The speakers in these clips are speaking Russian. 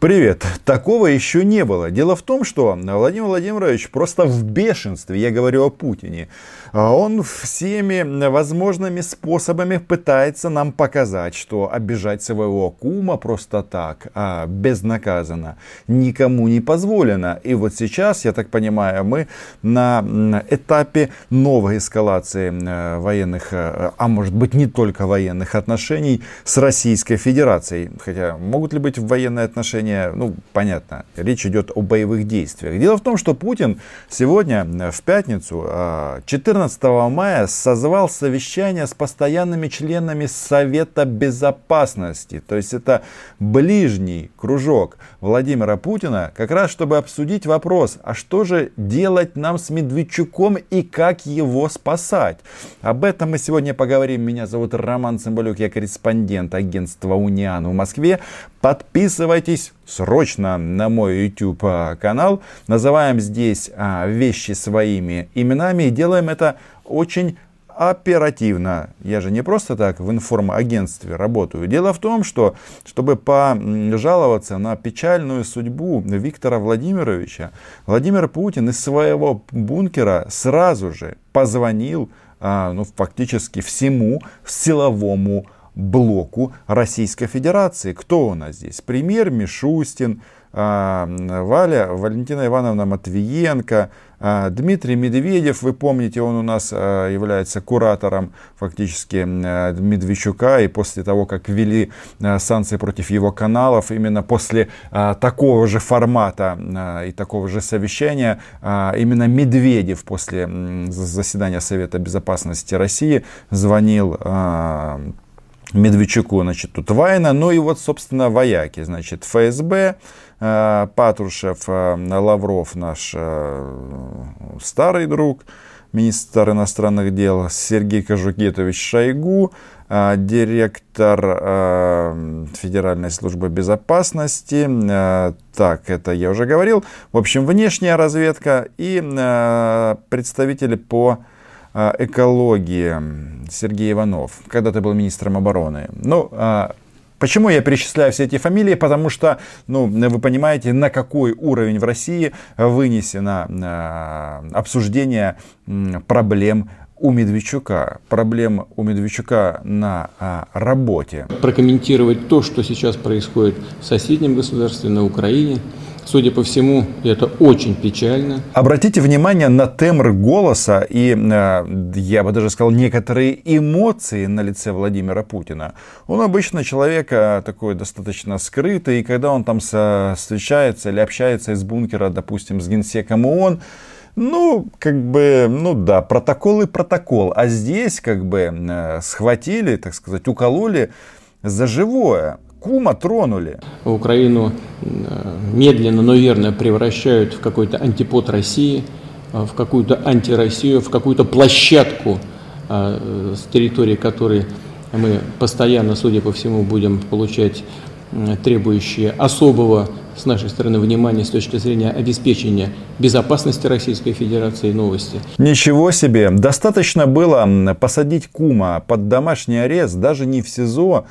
Привет. Такого еще не было. Дело в том, что Владимир Владимирович просто в бешенстве, я говорю о Путине. Он всеми возможными способами пытается нам показать, что обижать своего кума просто так, безнаказанно, никому не позволено. И вот сейчас, я так понимаю, мы на этапе новой эскалации военных, а может быть не только военных отношений с Российской Федерацией. Хотя могут ли быть военные отношения? Ну, понятно, речь идет о боевых действиях. Дело в том, что Путин сегодня, в пятницу, 14 мая, созвал совещание с постоянными членами Совета Безопасности. То есть это ближний кружок Владимира Путина, как раз чтобы обсудить вопрос, а что же делать нам с Медведчуком и как его спасать. Об этом мы сегодня поговорим. Меня зовут Роман Цымбалюк, я корреспондент агентства Униан в Москве. Подписывайтесь срочно на мой YouTube канал. Называем здесь вещи своими именами и делаем это очень оперативно. Я же не просто так в информагентстве работаю. Дело в том, что чтобы пожаловаться на печальную судьбу Виктора Владимировича, Владимир Путин из своего бункера сразу же позвонил фактически всему силовому блоку Российской Федерации. Кто у нас здесь? Премьер Мишустин, Валентина Ивановна Матвиенко, Дмитрий Медведев, вы помните, он у нас является куратором фактически Медведчука, и после того, как ввели санкции против его каналов, именно после такого же формата и такого же совещания, именно Медведев после заседания Совета Безопасности России звонил Медведчуку, значит, тут война, ну и вот, собственно, вояки, значит, ФСБ, Патрушев, Лавров, наш старый друг, министр иностранных дел, Сергей Кожугетович Шойгу, директор Федеральной службы безопасности, так, это я уже говорил, в общем, внешняя разведка и представители по экологии Сергей Иванов, когда-то был министром обороны. Почему я перечисляю все эти фамилии? Потому что, вы понимаете, на какой уровень в России вынесено обсуждение проблем у Медведчука. Проблем у Медведчука на работе. Прокомментировать то, что сейчас происходит в соседнем государстве, на Украине. Судя по всему, это очень печально. Обратите внимание на тембр голоса и, я бы даже сказал, некоторые эмоции на лице Владимира Путина. Он обычно человек такой достаточно скрытый, и когда он там встречается или общается из бункера, допустим, с генсеком ООН, протокол и протокол. А здесь схватили, так сказать, укололи за живое. Кума тронули. Украину медленно, но верно превращают в какой-то антипод России, в какую-то антироссию, в какую-то площадку, с территории которой мы постоянно, судя по всему, будем получать требующие особого с нашей стороны внимания с точки зрения обеспечения безопасности Российской Федерации новости. Ничего себе! Достаточно было посадить кума под домашний арест, даже не в СИЗО,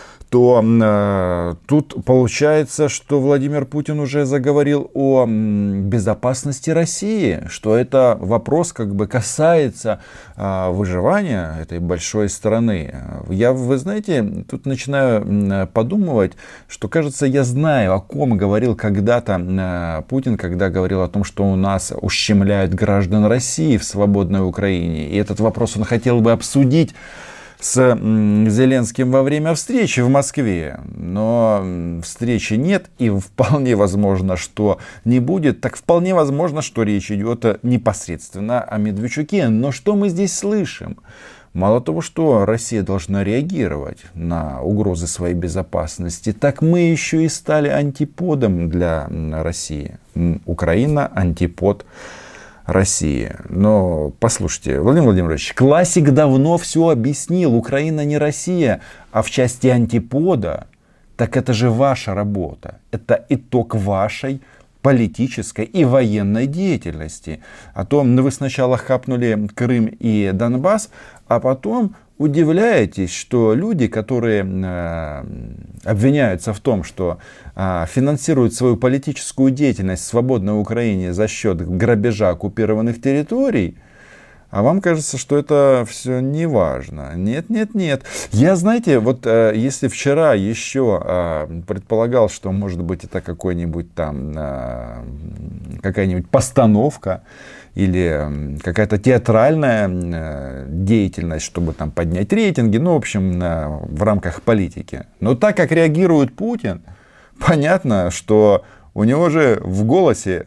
то тут получается, что Владимир Путин уже заговорил о безопасности России, что это вопрос касается выживания этой большой страны. Вы знаете, тут начинаю подумывать, что, кажется, я знаю, о ком говорил когда-то Путин, когда говорил о том, что у нас ущемляют граждан России в свободной Украине. И этот вопрос он хотел бы обсудить с Зеленским во время встречи в Москве. Но встречи нет, и вполне возможно, что не будет. Так вполне возможно, что речь идет непосредственно о Медведчуке. Но что мы здесь слышим? Мало того, что Россия должна реагировать на угрозы своей безопасности, так мы еще и стали антиподом для России. Украина — антипод России. Но послушайте, Владимир Владимирович, классик давно все объяснил. Украина не Россия, а в части антипода, так это же ваша работа. Это итог вашей политической и военной деятельности. А то вы сначала хапнули Крым и Донбасс, а потом удивляетесь, что люди, которые обвиняются в том, что финансируют свою политическую деятельность в свободной Украине за счет грабежа оккупированных территорий, а вам кажется, что это все не важно. Нет, нет, нет. Я, знаете, вот если вчера еще предполагал, что может быть это какой-нибудь там какая-нибудь постановка или какая-то театральная деятельность, чтобы там поднять рейтинги, ну, в общем, в рамках политики. Но так как реагирует Путин, понятно, что у него же в голосе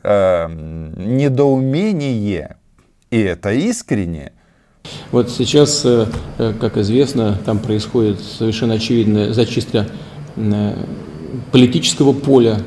недоумение. И это искренне. Вот сейчас, как известно, там происходит совершенно очевидная зачистка политического поля,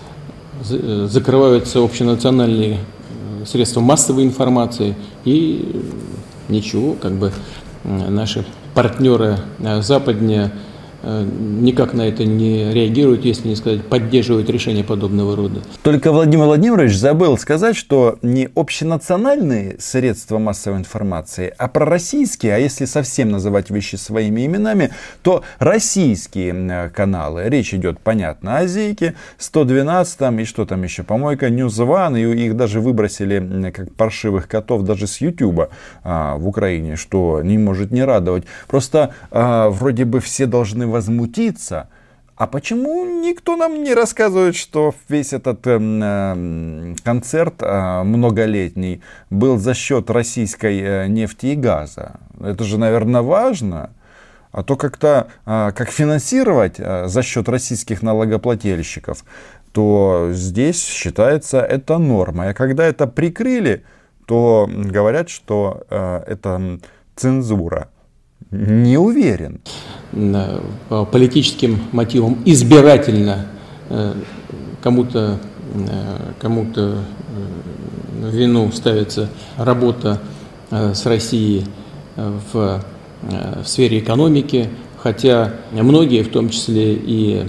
закрываются общенациональные средства массовой информации, и ничего, как бы наши партнеры западнее никак на это не реагируют, если не сказать, поддерживают решения подобного рода. Только Владимир Владимирович забыл сказать, что не общенациональные средства массовой информации, а пророссийские, а если совсем называть вещи своими именами, то российские каналы. Речь идет, понятно, о Зейке, 112 и что там еще, Помойка, News One, и их даже выбросили как паршивых котов даже с Ютуба в Украине, что не может не радовать. Просто вроде бы все должны возмутиться. А почему никто нам не рассказывает, что весь этот концерт многолетний был за счет российской нефти и газа? Это же, наверное, важно. А то как-то, как финансировать за счет российских налогоплательщиков, то здесь считается это нормой. А когда это прикрыли, то говорят, что это цензура. Не уверен. По политическим мотивам избирательно кому-то в вину ставится работа с Россией в сфере экономики, хотя многие, в том числе и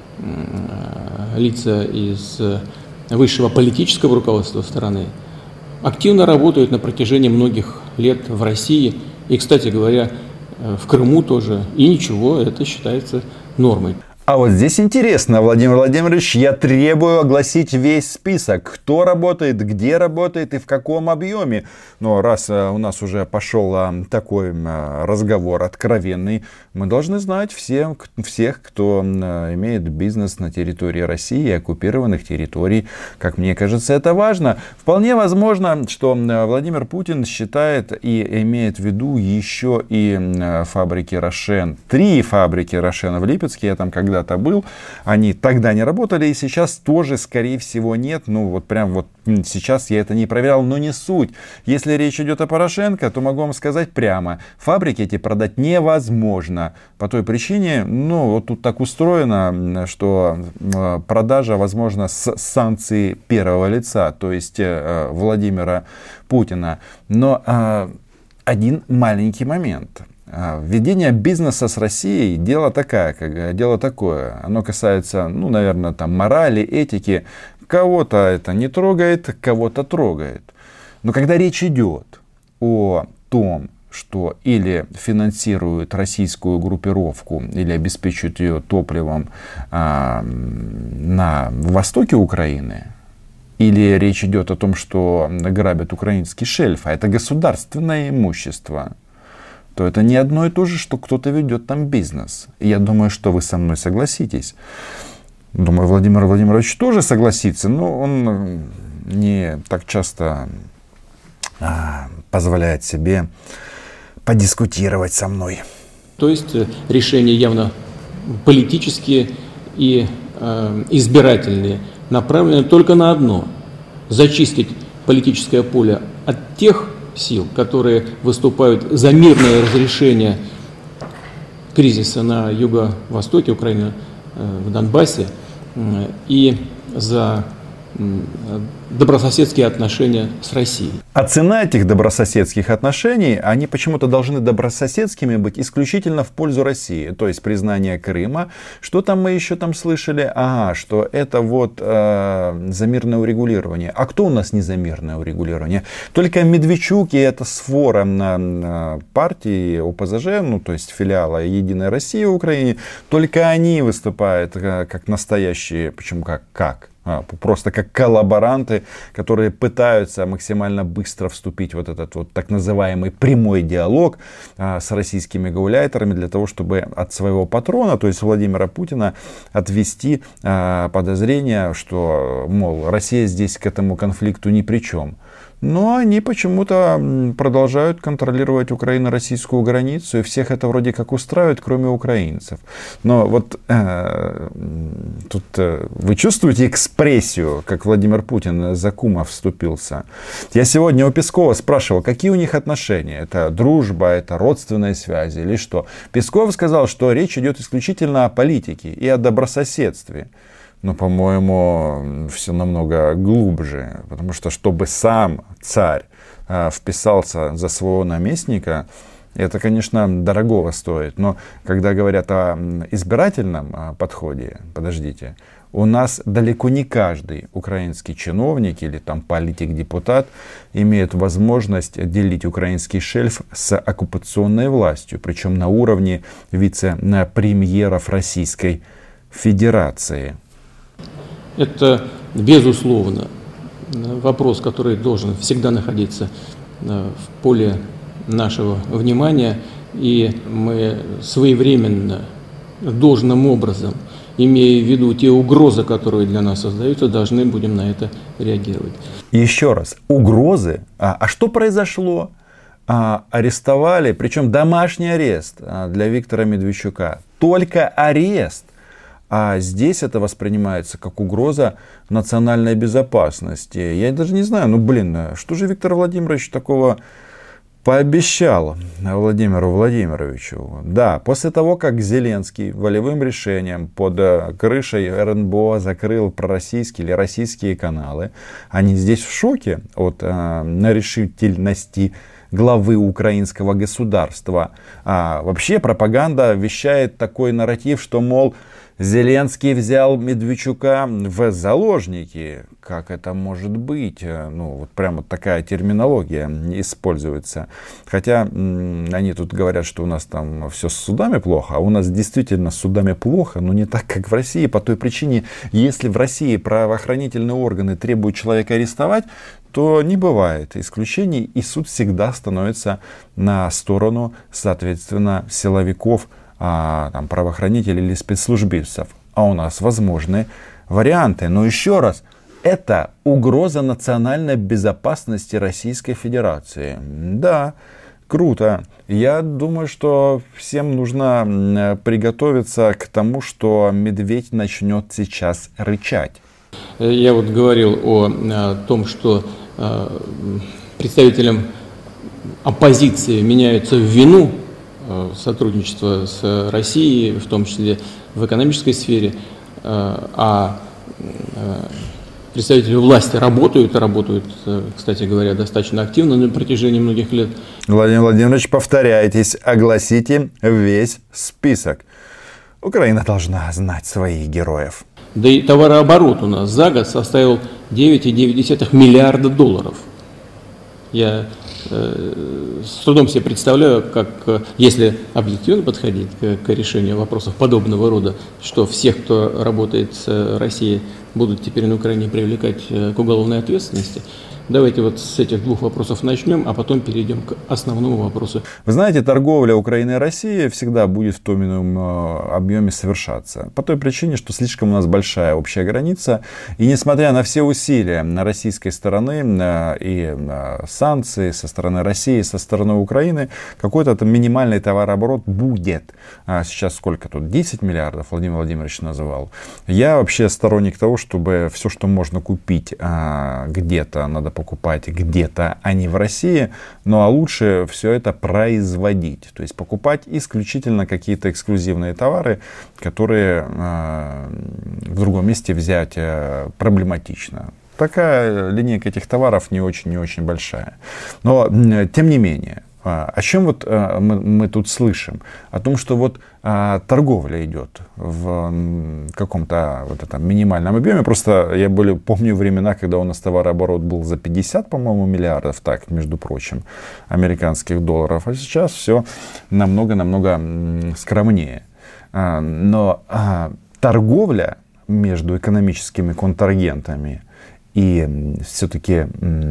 лица из высшего политического руководства страны, активно работают на протяжении многих лет в России и, кстати говоря, в Крыму тоже. И ничего, это считается нормой. А вот здесь интересно, Владимир Владимирович, я требую огласить весь список, кто работает, где работает и в каком объеме. Но раз у нас уже пошел такой разговор откровенный, мы должны знать всех, кто имеет бизнес на территории России и оккупированных территорий. Как мне кажется, это важно. Вполне возможно, что Владимир Путин считает и имеет в виду еще и фабрики Рошен. 3 фабрики Рошен в Липецке, я там когда-то был, они тогда не работали, и сейчас тоже, скорее всего, нет. Ну, вот прям вот сейчас я это не проверял, но не суть. Если речь идет о Порошенко, то могу вам сказать прямо, фабрики эти продать невозможно. По той причине, ну, вот тут так устроено, что продажа возможна с санкций первого лица, то есть Владимира Путина. Но один маленький момент. Введение бизнеса с Россией дело такое. Оно касается, ну, наверное, там морали, этики. Кого-то это не трогает, кого-то трогает. Но когда речь идет о том, что или финансируют российскую группировку, или обеспечивают ее топливом на востоке Украины, или речь идет о том, что грабят украинский шельф, а это государственное имущество, то это не одно и то же, что кто-то ведет там бизнес. И я думаю, что вы со мной согласитесь. Думаю, Владимир Владимирович тоже согласится, но он не так часто позволяет себе подискутировать со мной. То есть решения явно политические и избирательные, направлены только на одно – зачистить политическое поле от тех сил, которые выступают за мирное разрешение кризиса на юго-востоке Украины, в Донбассе, и за добрососедские отношения с Россией. А цена этих добрососедских отношений, они почему-то должны добрососедскими быть исключительно в пользу России. То есть признание Крыма. Что там мы еще там слышали? Ага, что это вот за мирное урегулирование. А кто у нас не за мирное урегулирование? Только Медведчук и эта свора партии ОПЗЖ, ну то есть филиала Единой России в Украине, только они выступают как настоящие, почему как? Просто как коллаборанты, которые пытаются максимально быстро вступить в этот вот так называемый прямой диалог с российскими гауляйтерами для того, чтобы от своего патрона, то есть Владимира Путина, отвести подозрение, что, мол, Россия здесь к этому конфликту ни при чем. Но они почему-то продолжают контролировать украино-российскую границу, и всех это вроде как устраивает, кроме украинцев. Но вот тут вы чувствуете экспрессию, как Владимир Путин за кума вступился? Я сегодня у Пескова спрашивал, какие у них отношения? Это дружба, это родственные связи или что? Песков сказал, что речь идет исключительно о политике и о добрососедстве. Но, по-моему, все намного глубже. Потому что, чтобы сам царь вписался за своего наместника, это, конечно, дорогого стоит. Но когда говорят о избирательном подходе, подождите, у нас далеко не каждый украинский чиновник или там политик-депутат имеет возможность делить украинский шельф с оккупационной властью. Причем на уровне вице-премьеров Российской Федерации. Это, безусловно, вопрос, который должен всегда находиться в поле нашего внимания. И мы своевременно, должным образом, имея в виду те угрозы, которые для нас создаются, должны будем на это реагировать. Еще раз, угрозы? А что произошло? Арестовали, причем домашний арест для Виктора Медведчука. Только арест. А здесь это воспринимается как угроза национальной безопасности. Я даже не знаю, что же Виктор Владимирович такого пообещал Владимиру Владимировичу? Да, после того, как Зеленский волевым решением под крышей РНБО закрыл пророссийские или российские каналы, они здесь в шоке от решительности главы украинского государства. Вообще пропаганда вещает такой нарратив, что, мол, Зеленский взял Медведчука в заложники. Как это может быть? Вот прямо такая терминология используется. Хотя они тут говорят, что у нас там все с судами плохо. А у нас действительно с судами плохо, но не так, как в России. По той причине, если в России правоохранительные органы требуют человека арестовать, то не бывает исключений. И суд всегда становится на сторону, соответственно, силовиков, правоохранителей или спецслужбистов. А у нас возможны варианты. Но еще раз, это угроза национальной безопасности Российской Федерации. Да, круто. Я думаю, что всем нужно приготовиться к тому, что медведь начнет сейчас рычать. Я вот говорил о том, что представителям оппозиции меняются в вину сотрудничество с Россией, в том числе в экономической сфере, а представители власти работают, кстати говоря, достаточно активно на протяжении многих лет. Владимир Владимирович, повторяйтесь, огласите весь список. Украина должна знать своих героев. Да и товарооборот у нас за год составил 9,9 миллиарда долларов. Я с трудом себе представляю, как, если объективно подходить к решению вопросов подобного рода, что всех, кто работает с Россией, будут теперь на Украине привлекать к уголовной ответственности. Давайте вот с этих двух вопросов начнем, а потом перейдем к основному вопросу. Вы знаете, торговля Украины и России всегда будет в том или ином объеме совершаться. По той причине, что слишком у нас большая общая граница. И несмотря на все усилия российской стороны и санкции со стороны России, со стороны Украины, какой-то там минимальный товарооборот будет. Сейчас сколько тут? 10 миллиардов Владимир Владимирович называл. Я вообще сторонник того, чтобы все, что можно купить где-то, надо покупать где-то, а не в России. Ну а лучше все это производить. То есть покупать исключительно какие-то эксклюзивные товары, которые в другом месте взять проблематично. такая линейка этих товаров не очень большая. Но, тем не менее, о чем вот мы тут слышим? О том, что вот торговля идет в каком-то вот этом минимальном объеме. Просто я помню времена, когда у нас товарооборот был за 50, по-моему, миллиардов, так, между прочим, американских долларов. А сейчас все намного скромнее. Но торговля между экономическими контрагентами и все-таки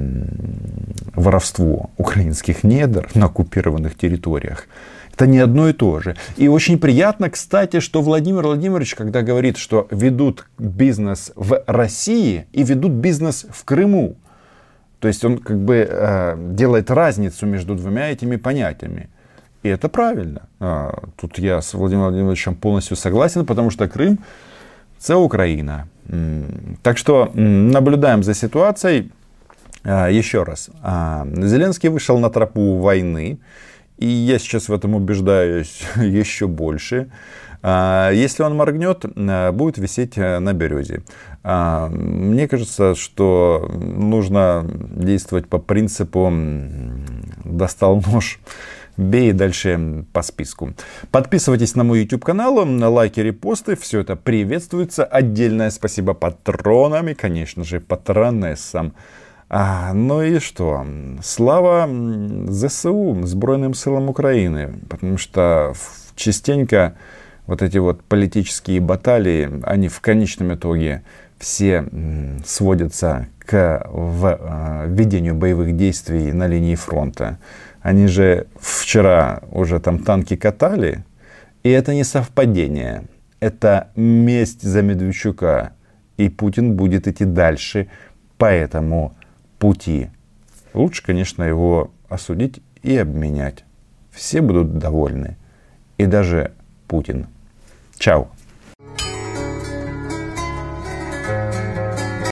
воровство украинских недр на оккупированных территориях — это не одно и то же. И очень приятно, кстати, что Владимир Владимирович, когда говорит, что ведут бизнес в России и ведут бизнес в Крыму, то есть он как бы делает разницу между двумя этими понятиями. И это правильно. Тут я с Владимиром Владимировичем полностью согласен, потому что Крым — это Украина. Так что наблюдаем за ситуацией. Еще раз. Зеленский вышел на тропу войны. И я сейчас в этом убеждаюсь еще больше. Если он моргнет, будет висеть на березе. Мне кажется, что нужно действовать по принципу «достал нож, бей» и дальше по списку. Подписывайтесь на мой YouTube канал, лайки, репосты, все это приветствуется. Отдельное спасибо патронам и, конечно же, патронессам. Ну и что? Слава ЗСУ, Збройным силам Украины, потому что частенько вот эти вот политические баталии, они в конечном итоге все сводятся к ведению боевых действий на линии фронта. Они же вчера уже там танки катали, и это не совпадение. Это месть за Медведчука. И Путин будет идти дальше по этому пути. Лучше, конечно, его осудить и обменять. Все будут довольны. И даже Путин. Чао.